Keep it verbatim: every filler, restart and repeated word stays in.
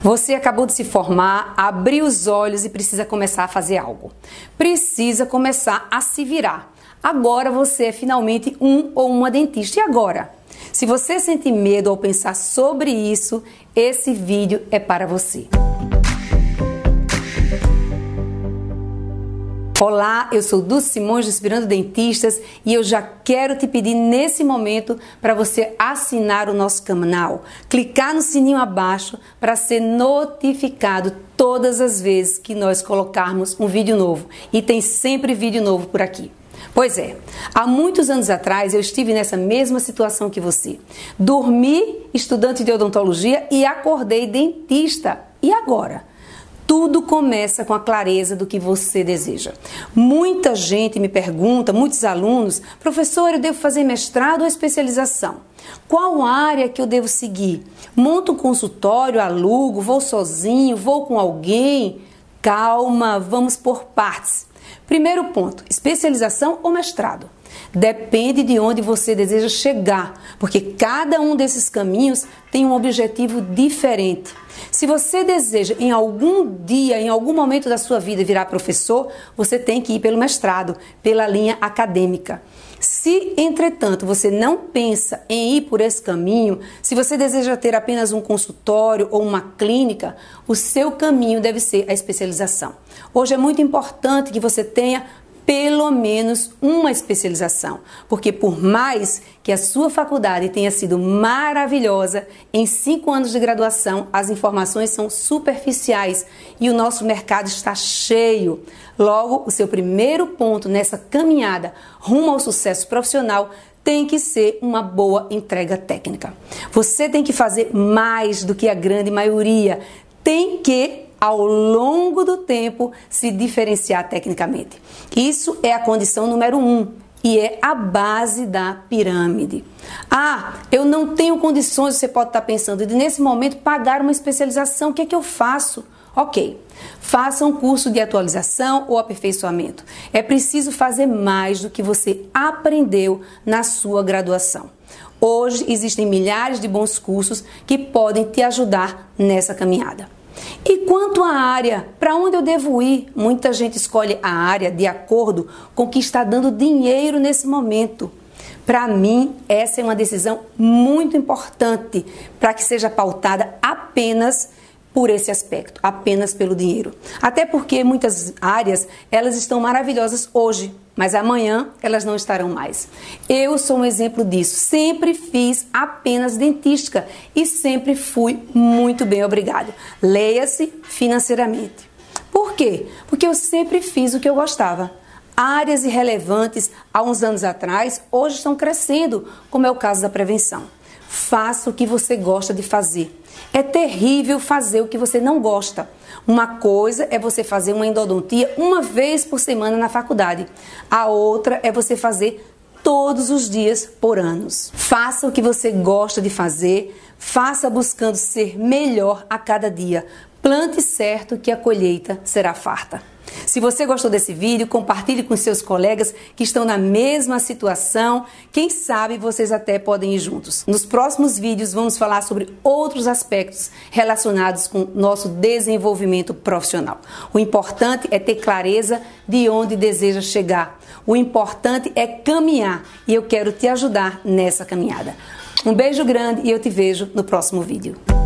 Você acabou de se formar, abriu os olhos e precisa começar a fazer algo. Precisa começar a se virar. Agora você é finalmente um ou uma dentista. E agora? Se você sente medo ao pensar sobre isso, esse vídeo é para você. Olá, eu sou Dulce Simões do Inspirando Dentistas e eu já quero te pedir nesse momento para você assinar o nosso canal, clicar no sininho abaixo para ser notificado todas as vezes que nós colocarmos um vídeo novo. E tem sempre vídeo novo por aqui. Pois é, há muitos anos atrás eu estive nessa mesma situação que você. Dormi estudante de odontologia e acordei dentista. E agora? Tudo começa com a clareza do que você deseja. Muita gente me pergunta, muitos alunos, professor, eu devo fazer mestrado ou especialização? Qual área que eu devo seguir? Monto um consultório, alugo, vou sozinho, vou com alguém? Calma, vamos por partes. Primeiro ponto, especialização ou mestrado? Depende de onde você deseja chegar, porque cada um desses caminhos tem um objetivo diferente. Se você deseja em algum dia, em algum momento da sua vida virar professor, você tem que ir pelo mestrado, pela linha acadêmica. Se, entretanto, você não pensa em ir por esse caminho, se você deseja ter apenas um consultório ou uma clínica, o seu caminho deve ser a especialização. Hoje é muito importante que você tenha pelo menos uma especialização, porque por mais que a sua faculdade tenha sido maravilhosa, em cinco anos de graduação as informações são superficiais e o nosso mercado está cheio. Logo, o seu primeiro ponto nessa caminhada rumo ao sucesso profissional tem que ser uma boa entrega técnica. Você tem que fazer mais do que a grande maioria, tem que ao longo do tempo, se diferenciar tecnicamente. Isso é a condição número um e é a base da pirâmide. Ah, eu não tenho condições, você pode estar pensando, de nesse momento pagar uma especialização, o que é que eu faço? Ok, faça um curso de atualização ou aperfeiçoamento. É preciso fazer mais do que você aprendeu na sua graduação. Hoje existem milhares de bons cursos que podem te ajudar nessa caminhada. E quanto à área, para onde eu devo ir? Muita gente escolhe a área de acordo com o que está dando dinheiro nesse momento. Para mim, essa é uma decisão muito importante para que seja pautada apenas por esse aspecto, apenas pelo dinheiro. Até porque muitas áreas, elas estão maravilhosas hoje, mas amanhã elas não estarão mais. Eu sou um exemplo disso. Sempre fiz apenas dentística e sempre fui muito bem, obrigado. Leia-se financeiramente. Por quê? Porque eu sempre fiz o que eu gostava. Áreas irrelevantes há uns anos atrás, hoje estão crescendo, como é o caso da prevenção. Faça o que você gosta de fazer. É terrível fazer o que você não gosta. Uma coisa é você fazer uma endodontia uma vez por semana na faculdade. A outra é você fazer todos os dias por anos. Faça o que você gosta de fazer. Faça buscando ser melhor a cada dia. Plante certo que a colheita será farta. Se você gostou desse vídeo, compartilhe com seus colegas que estão na mesma situação. Quem sabe vocês até podem ir juntos. Nos próximos vídeos vamos falar sobre outros aspectos relacionados com nosso desenvolvimento profissional. O importante é ter clareza de onde deseja chegar. O importante é caminhar e eu quero te ajudar nessa caminhada. Um beijo grande e eu te vejo no próximo vídeo.